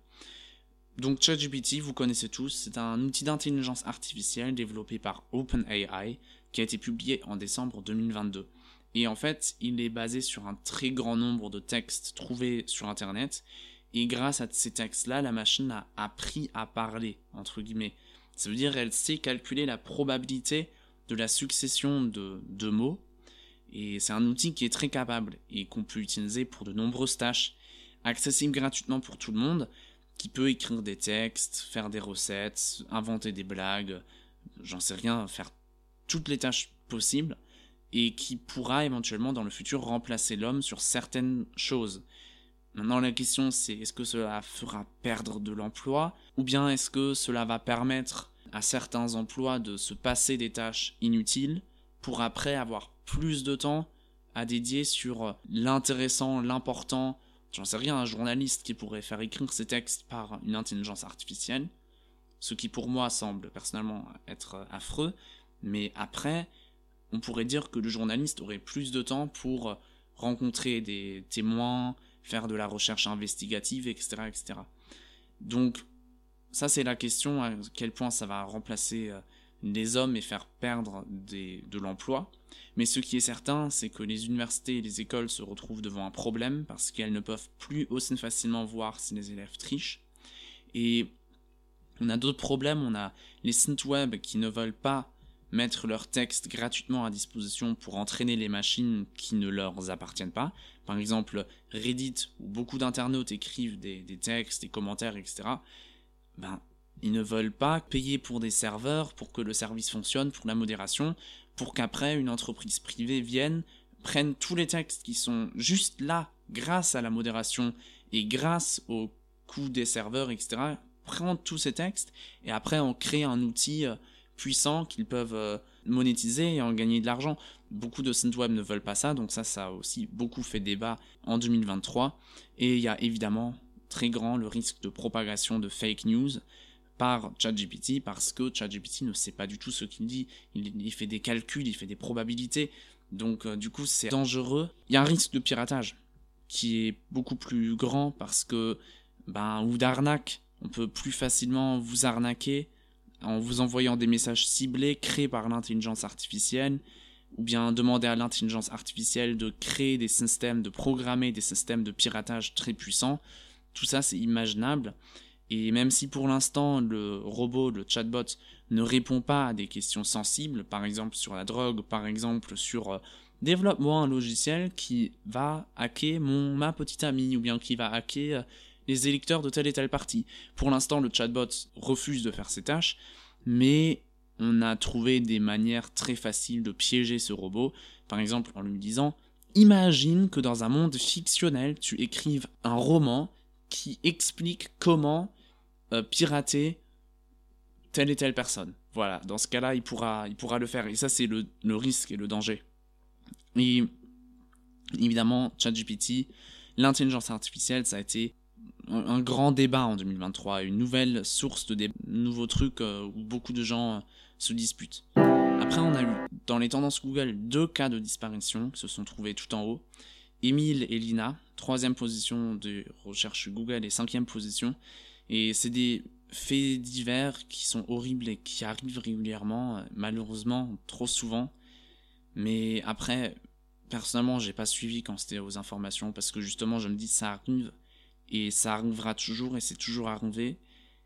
C: Donc ChatGPT, vous connaissez tous, c'est un outil d'intelligence artificielle développé par OpenAI qui a été publié en décembre 2022. Et en fait, il est basé sur un très grand nombre de textes trouvés sur Internet, et grâce à ces textes-là, la machine a appris à parler, entre guillemets. Ça veut dire qu'elle sait calculer la probabilité de la succession de mots, et c'est un outil qui est très capable et qu'on peut utiliser pour de nombreuses tâches, accessible gratuitement pour tout le monde, qui peut écrire des textes, faire des recettes, inventer des blagues, j'en sais rien, faire toutes les tâches possibles, et qui pourra éventuellement dans le futur remplacer l'homme sur certaines choses. Maintenant la question c'est, est-ce que cela fera perdre de l'emploi, ou bien est-ce que cela va permettre à certains emplois de se passer des tâches inutiles pour après avoir plus de temps à dédier sur l'intéressant, l'important. J'en sais rien, un journaliste qui pourrait faire écrire ses textes par une intelligence artificielle, ce qui pour moi semble personnellement être affreux, mais après, on pourrait dire que le journaliste aurait plus de temps pour rencontrer des témoins, faire de la recherche investigative, etc. etc. Donc, ça c'est la question, à quel point ça va remplacer les hommes et faire perdre de l'emploi. Mais ce qui est certain, c'est que les universités et les écoles se retrouvent devant un problème parce qu'elles ne peuvent plus aussi facilement voir si les élèves trichent. Et on a d'autres problèmes, on a les sites web qui ne veulent pas mettre leurs textes gratuitement à disposition pour entraîner les machines qui ne leur appartiennent pas. Par exemple, Reddit, où beaucoup d'internautes écrivent des textes, des commentaires, etc. Ils ne veulent pas payer pour des serveurs, pour que le service fonctionne, pour la modération, pour qu'après une entreprise privée vienne, prenne tous les textes qui sont juste là, grâce à la modération et grâce au coût des serveurs, etc., prendre tous ces textes et après en créer un outil puissant qu'ils peuvent monétiser et en gagner de l'argent. Beaucoup de sites web ne veulent pas ça, donc ça a aussi beaucoup fait débat en 2023. Et il y a évidemment très grand le risque de propagation de fake news par ChatGPT, parce que ChatGPT ne sait pas du tout ce qu'il dit, il fait des calculs, il fait des probabilités, donc du coup c'est dangereux. Il y a un risque de piratage qui est beaucoup plus grand parce que, ou d'arnaque, on peut plus facilement vous arnaquer en vous envoyant des messages ciblés créés par l'intelligence artificielle, ou bien demander à l'intelligence artificielle de créer des systèmes, de programmer des systèmes de piratage très puissants. Tout ça, c'est imaginable. Et même si pour l'instant, le robot, le chatbot, ne répond pas à des questions sensibles, par exemple sur la drogue, par exemple sur développe-moi un logiciel qui va hacker ma petite amie, ou bien qui va hacker les électeurs de tel et tel parti. Pour l'instant, le chatbot refuse de faire ces tâches, mais on a trouvé des manières très faciles de piéger ce robot, par exemple en lui disant « Imagine que dans un monde fictionnel, tu écrives un roman qui explique comment pirater telle et telle personne. » Voilà, dans ce cas-là, il pourra le faire. Et ça, c'est le risque et le danger. Et évidemment, ChatGPT, l'intelligence artificielle, ça a été un grand débat en 2023, une nouvelle source de nouveaux trucs où beaucoup de gens se disputent. Après, on a eu dans les tendances Google 2 cas de disparition qui se sont trouvés tout en haut. Émile et Lina, 3e position de recherche Google et 5e position. Et c'est des faits divers qui sont horribles et qui arrivent régulièrement, malheureusement, trop souvent. Mais après, personnellement, j'ai pas suivi quand c'était aux informations parce que justement, je me dis ça arrive et ça arrivera toujours et c'est toujours arrivé.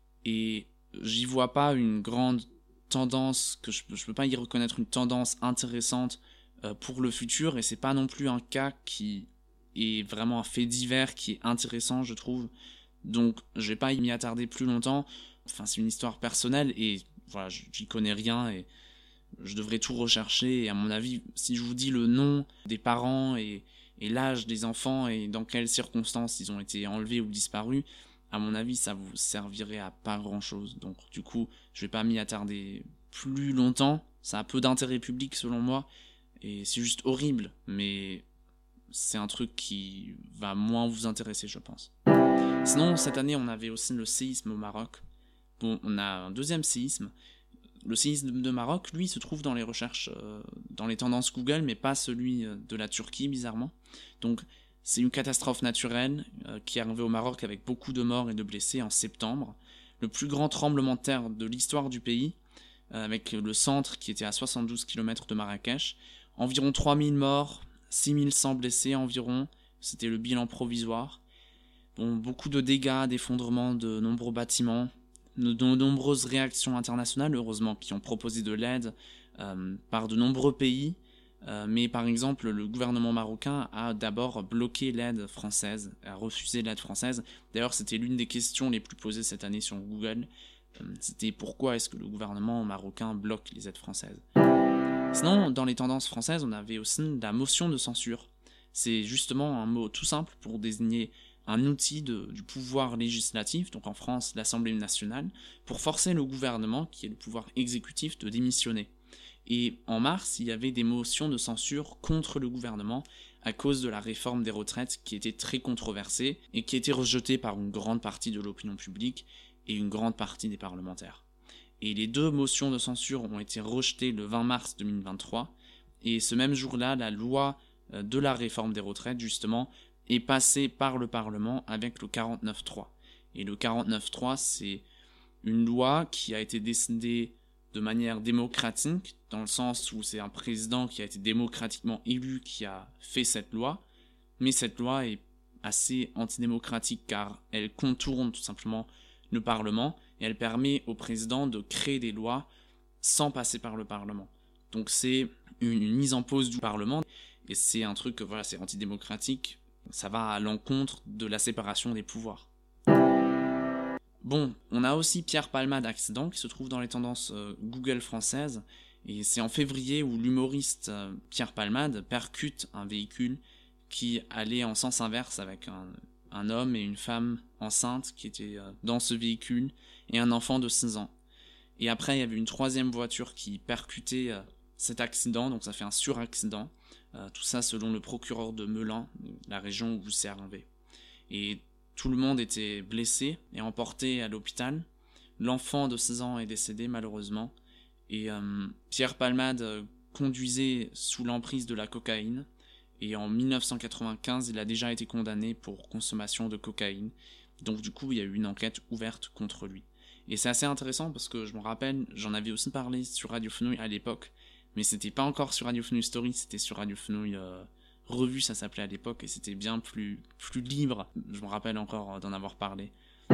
C: Et j'y vois pas une grande tendance, que je peux pas y reconnaître une tendance intéressante pour le futur, et c'est pas non plus un cas qui est vraiment un fait divers qui est intéressant, je trouve. Donc je vais pas m'y attarder plus longtemps. Enfin, c'est une histoire personnelle et voilà, j'y connais rien et je devrais tout rechercher. Et à mon avis, si je vous dis le nom des parents et l'âge des enfants et dans quelles circonstances ils ont été enlevés ou disparus, à mon avis, ça vous servirait à pas grand chose. Donc, du coup, je vais pas m'y attarder plus longtemps. Ça a peu d'intérêt public selon moi. Et c'est juste horrible. Mais c'est un truc qui va moins vous intéresser, je pense. Sinon, cette année, on avait aussi le séisme au Maroc. Bon, on a un deuxième séisme. Le séisme de Maroc, lui, se trouve dans les recherches, dans les tendances Google, mais pas celui de la Turquie, bizarrement. Donc, c'est une catastrophe naturelle qui est arrivée au Maroc avec beaucoup de morts et de blessés en septembre. Le plus grand tremblement de terre de l'histoire du pays, avec le centre qui était à 72 km de Marrakech. Environ 3000 morts, 6100 blessés environ. C'était le bilan provisoire. Bon, beaucoup de dégâts, d'effondrements de nombreux bâtiments, de nombreuses réactions internationales, heureusement, qui ont proposé de l'aide par de nombreux pays. Mais par exemple, le gouvernement marocain a d'abord bloqué l'aide française, a refusé l'aide française. D'ailleurs, c'était l'une des questions les plus posées cette année sur Google. C'était pourquoi est-ce que le gouvernement marocain bloque les aides françaises. Sinon, dans les tendances françaises, on avait aussi la motion de censure. C'est justement un mot tout simple pour désigner un outil du pouvoir législatif, donc en France l'Assemblée nationale, pour forcer le gouvernement, qui est le pouvoir exécutif, de démissionner. Et en mars, il y avait des motions de censure contre le gouvernement à cause de la réforme des retraites qui était très controversée et qui était rejetée par une grande partie de l'opinion publique et une grande partie des parlementaires. Et les deux motions de censure ont été rejetées le 20 mars 2023, et ce même jour-là, la loi de la réforme des retraites, justement, est passée par le Parlement avec le 49.3. Et le 49.3, c'est une loi qui a été décidée de manière démocratique, dans le sens où c'est un président qui a été démocratiquement élu qui a fait cette loi, mais cette loi est assez antidémocratique car elle contourne tout simplement le Parlement et elle permet au président de créer des lois sans passer par le Parlement. Donc c'est une mise en pause du Parlement et c'est un truc, voilà, c'est antidémocratique, ça va à l'encontre de la séparation des pouvoirs. Bon, on a aussi Pierre Palmade accident qui se trouve dans les tendances Google françaises, et c'est en février où l'humoriste Pierre Palmade percute un véhicule qui allait en sens inverse avec un homme et une femme enceinte qui étaient dans ce véhicule et un enfant de 6 ans. Et après il y avait une troisième voiture qui percutait cet accident, donc ça fait un suraccident, tout ça selon le procureur de Melun, la région où c'est arrivé. Et tout le monde était blessé et emporté à l'hôpital. L'enfant de 6 ans est décédé malheureusement. Et Pierre Palmade conduisait sous l'emprise de la cocaïne. Et en 1995, il a déjà été condamné pour consommation de cocaïne. Donc du coup, il y a eu une enquête ouverte contre lui. Et c'est assez intéressant parce que je me rappelle, j'en avais aussi parlé sur Radio Fenouil à l'époque, mais c'était pas encore sur Radio Fenouil Story, c'était sur Radio Fenouil Revue, ça s'appelait à l'époque, et c'était bien plus libre. Je me rappelle encore d'en avoir parlé.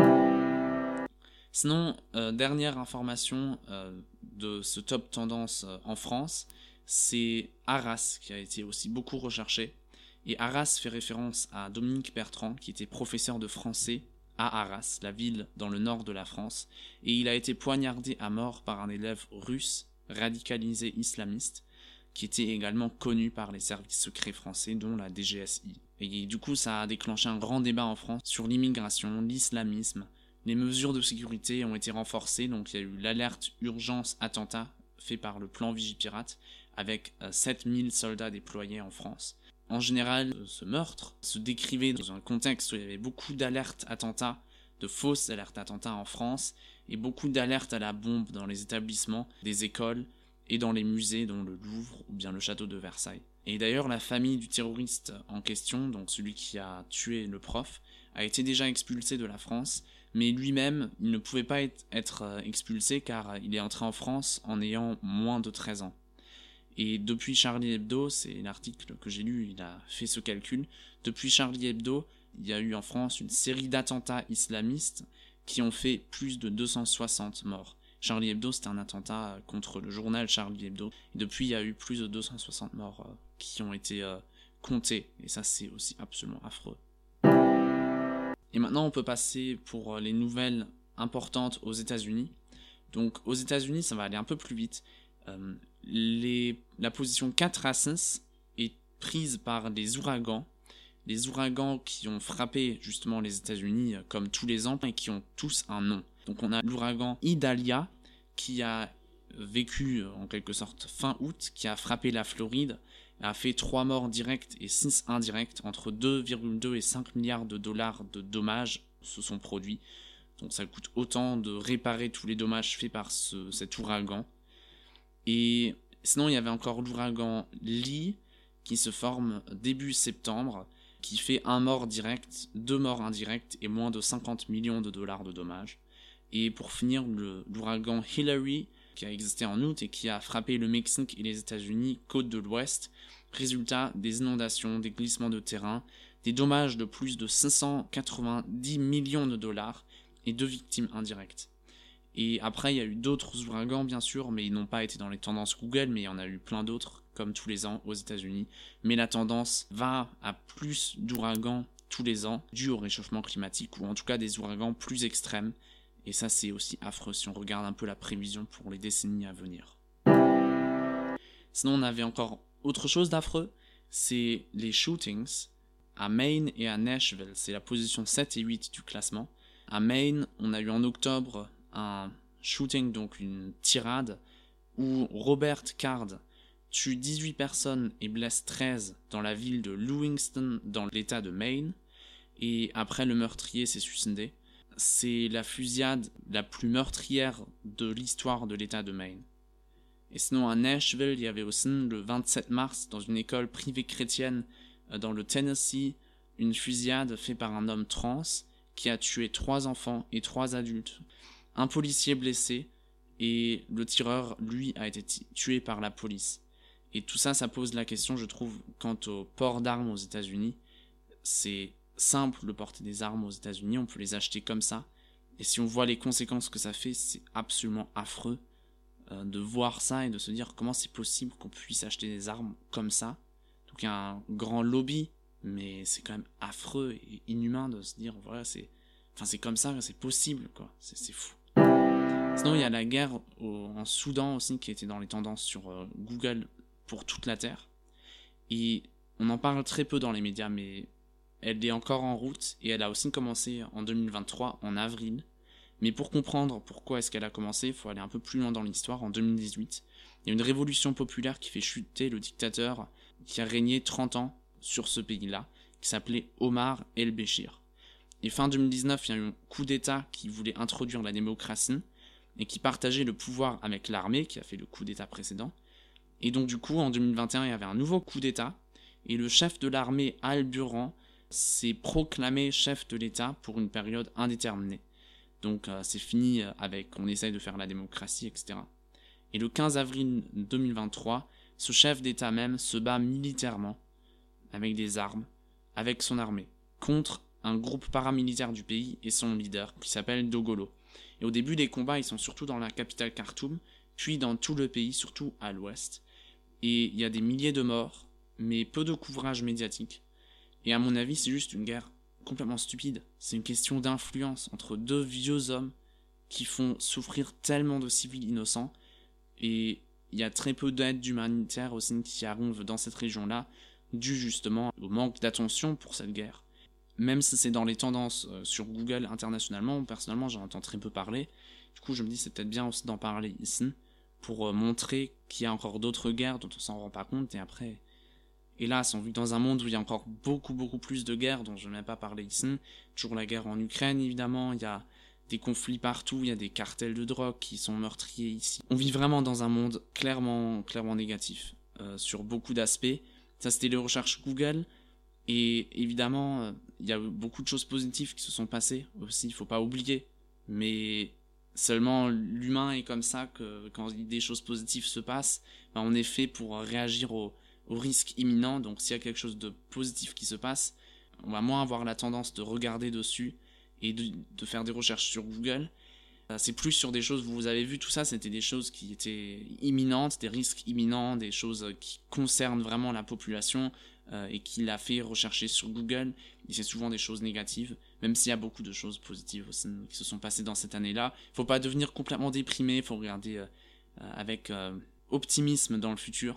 C: Sinon, dernière information de ce top tendance en France, c'est Arras qui a été aussi beaucoup recherché. Et Arras fait référence à Dominique Bertrand, qui était professeur de français à Arras, la ville dans le nord de la France, et il a été poignardé à mort par un élève russe radicalisé islamiste, qui était également connu par les services secrets français, dont la DGSI. Et du coup, ça a déclenché un grand débat en France sur l'immigration, l'islamisme. Les mesures de sécurité ont été renforcées, donc il y a eu l'alerte urgence attentat fait par le plan Vigipirate, avec 7000 soldats déployés en France. En général, ce meurtre se décrivait dans un contexte où il y avait beaucoup d'alertes attentats, de fausses alertes attentats en France, et beaucoup d'alertes à la bombe dans les établissements, des écoles et dans les musées, dont le Louvre ou bien le château de Versailles. Et d'ailleurs, la famille du terroriste en question, donc celui qui a tué le prof, a été déjà expulsée de la France, mais lui-même, il ne pouvait pas être expulsé car il est entré en France en ayant moins de 13 ans. Et depuis Charlie Hebdo, c'est l'article que j'ai lu, il a fait ce calcul, depuis Charlie Hebdo, il y a eu en France une série d'attentats islamistes qui ont fait plus de 260 morts. Charlie Hebdo, c'était un attentat contre le journal Charlie Hebdo. Et depuis, il y a eu plus de 260 morts qui ont été comptés. Et ça, c'est aussi absolument affreux. Et maintenant, on peut passer pour les nouvelles importantes aux États-Unis. Donc, aux États-Unis, ça va aller un peu plus vite. La position 4 à 6 est prise par des ouragans. Les ouragans qui ont frappé justement les États-Unis comme tous les ans et qui ont tous un nom. Donc on a l'ouragan Idalia qui a vécu en quelque sorte fin août, qui a frappé la Floride, a fait 3 morts directs et 6 indirects, entre 2,2 et 5 milliards de dollars de dommages se sont produits. Donc ça coûte autant de réparer tous les dommages faits par cet ouragan. Et sinon il y avait encore l'ouragan Lee qui se forme début septembre, qui fait 1 mort direct, 2 morts indirects et moins de 50 millions de dollars de dommages. Et pour finir, l'ouragan Hillary, qui a existé en août et qui a frappé le Mexique et les États-Unis, côte de l'Ouest. Résultat, des inondations, des glissements de terrain, des dommages de plus de 590 millions de dollars et 2 victimes indirectes. Et après, il y a eu d'autres ouragans, bien sûr, mais ils n'ont pas été dans les tendances Google, mais il y en a eu plein d'autres, comme tous les ans aux États-Unis. Mais la tendance va à plus d'ouragans tous les ans, dû au réchauffement climatique, ou en tout cas des ouragans plus extrêmes. Et ça, c'est aussi affreux si on regarde un peu la prévision pour les décennies à venir. Sinon, on avait encore autre chose d'affreux, c'est les shootings à Maine et à Nashville. C'est la position 7 et 8 du classement. À Maine, on a eu en octobre un shooting, donc une tirade, où Robert Card tue 18 personnes et blesse 13 dans la ville de Lewiston, dans l'état de Maine. Et après, le meurtrier s'est suicidé. C'est la fusillade la plus meurtrière de l'histoire de l'état de Maine. Et sinon à Nashville, il y avait aussi le 27 mars, dans une école privée chrétienne dans le Tennessee, une fusillade faite par un homme trans qui a tué 3 enfants et 3 adultes. Un policier blessé, et le tireur, lui, a été tué par la police. Et tout ça, ça pose la question, je trouve, quant au port d'armes aux États-Unis. C'est simple de porter des armes aux États-Unis, on peut les acheter comme ça. Et si on voit les conséquences que ça fait, c'est absolument affreux de voir ça et de se dire comment c'est possible qu'on puisse acheter des armes comme ça. Donc il y a un grand lobby, mais c'est quand même affreux et inhumain de se dire voilà, c'est comme ça, c'est possible, quoi. C'est fou. Sinon il y a la guerre en Soudan aussi qui était dans les tendances sur Google pour toute la Terre. Et on en parle très peu dans les médias, mais elle est encore en route et elle a aussi commencé en 2023, en avril. Mais pour comprendre pourquoi est-ce qu'elle a commencé, il faut aller un peu plus loin dans l'histoire. En 2018, il y a une révolution populaire qui fait chuter le dictateur qui a régné 30 ans sur ce pays-là, qui s'appelait Omar el-Béchir. Et fin 2019, il y a eu un coup d'État qui voulait introduire la démocratie et qui partageait le pouvoir avec l'armée, qui a fait le coup d'État précédent. Et donc du coup, en 2021, il y avait un nouveau coup d'État, et le chef de l'armée, Al-Burhan, s'est proclamé chef de l'État pour une période indéterminée. Donc c'est fini avec on essaye de faire la démocratie, etc. Et le 15 avril 2023, ce chef d'État même se bat militairement, avec des armes, avec son armée, contre un groupe paramilitaire du pays et son leader, qui s'appelle Dogolo. Et au début des combats, ils sont surtout dans la capitale Khartoum, puis dans tout le pays, surtout à l'ouest. Et il y a des milliers de morts, mais peu de couvrage médiatique. Et à mon avis, c'est juste une guerre complètement stupide. C'est une question d'influence entre deux vieux hommes qui font souffrir tellement de civils innocents. Et il y a très peu d'aide humanitaire aussi qui arrive dans cette région-là, dû justement au manque d'attention pour cette guerre. Même si c'est dans les tendances sur Google internationalement, personnellement j'en entends très peu parler. Du coup je me dis c'est peut-être bien aussi d'en parler ici, pour montrer qu'il y a encore d'autres guerres dont on s'en rend pas compte. Et après, hélas, on vit dans un monde où il y a encore beaucoup plus de guerres dont je n'ai même pas parlé ici. Toujours la guerre en Ukraine évidemment, il y a des conflits partout, il y a des cartels de drogue qui sont meurtriers ici. On vit vraiment dans un monde clairement négatif, sur beaucoup d'aspects. Ça c'était les recherches Google, et évidemment il y a beaucoup de choses positives qui se sont passées aussi, il faut pas oublier. Mais seulement l'humain est comme ça, que quand des choses positives se passent, on est fait pour réagir au risque imminent. Donc s'il y a quelque chose de positif qui se passe, on va moins avoir la tendance de regarder dessus et de faire des recherches sur Google. C'est plus sur des choses, vous avez vu tout ça, c'était des choses qui étaient imminentes, des risques imminents, des choses qui concernent vraiment la population, et qui l'a fait rechercher sur Google. Et c'est souvent des choses négatives, même s'il y a beaucoup de choses positives aussi qui se sont passées dans cette année-là. Il ne faut pas devenir complètement déprimé, il faut regarder avec optimisme dans le futur.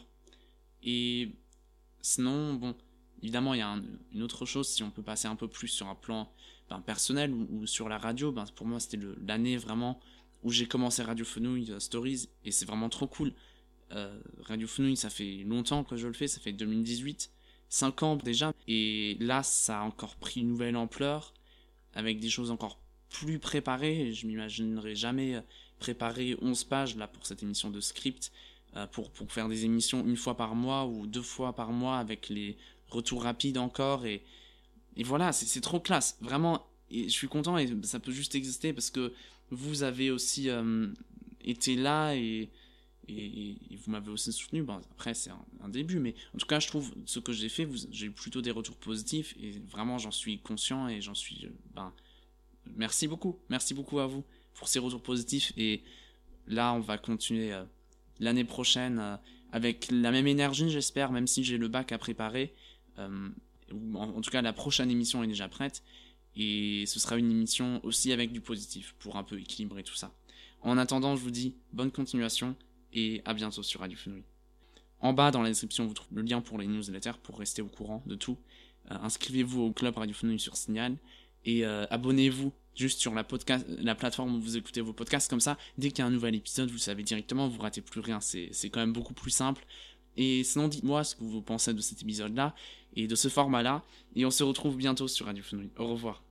C: Et sinon, bon, évidemment, il y a une autre chose, si on peut passer un peu plus sur un plan personnel ou sur la radio, pour moi c'était l'année vraiment où j'ai commencé Radio Fenouil Stories, et c'est vraiment trop cool. Radio Fenouil, ça fait longtemps que je le fais, ça fait 2018, 5 ans déjà, et là ça a encore pris une nouvelle ampleur, avec des choses encore plus préparées. Je m'imaginerais jamais préparer 11 pages là pour cette émission de script, pour faire des émissions une fois par mois ou 2 fois par mois avec les retours rapides encore, et voilà, c'est trop classe, vraiment. Et je suis content, et ça peut juste exister parce que vous avez aussi été là, et vous m'avez aussi soutenu. Après c'est un début, mais en tout cas je trouve ce que j'ai fait, j'ai eu plutôt des retours positifs, et vraiment j'en suis conscient, et j'en suis merci beaucoup à vous pour ces retours positifs. Et là on va continuer l'année prochaine avec la même énergie, j'espère, même si j'ai le bac à préparer. En tout cas la prochaine émission est déjà prête, et ce sera une émission aussi avec du positif pour un peu équilibrer tout ça. En attendant, je vous dis bonne continuation et à bientôt sur Radio Fenouil. En bas dans la description vous trouvez le lien pour les newsletters pour rester au courant de tout. Inscrivez-vous au club Radio Fenouil sur Signal, et abonnez-vous juste sur la plateforme où vous écoutez vos podcasts, comme ça dès qu'il y a un nouvel épisode vous le savez directement, vous ratez plus rien, c'est quand même beaucoup plus simple. Et sinon dites-moi ce que vous pensez de cet épisode là et de ce format là, et on se retrouve bientôt sur Radio Fenouil. Au revoir.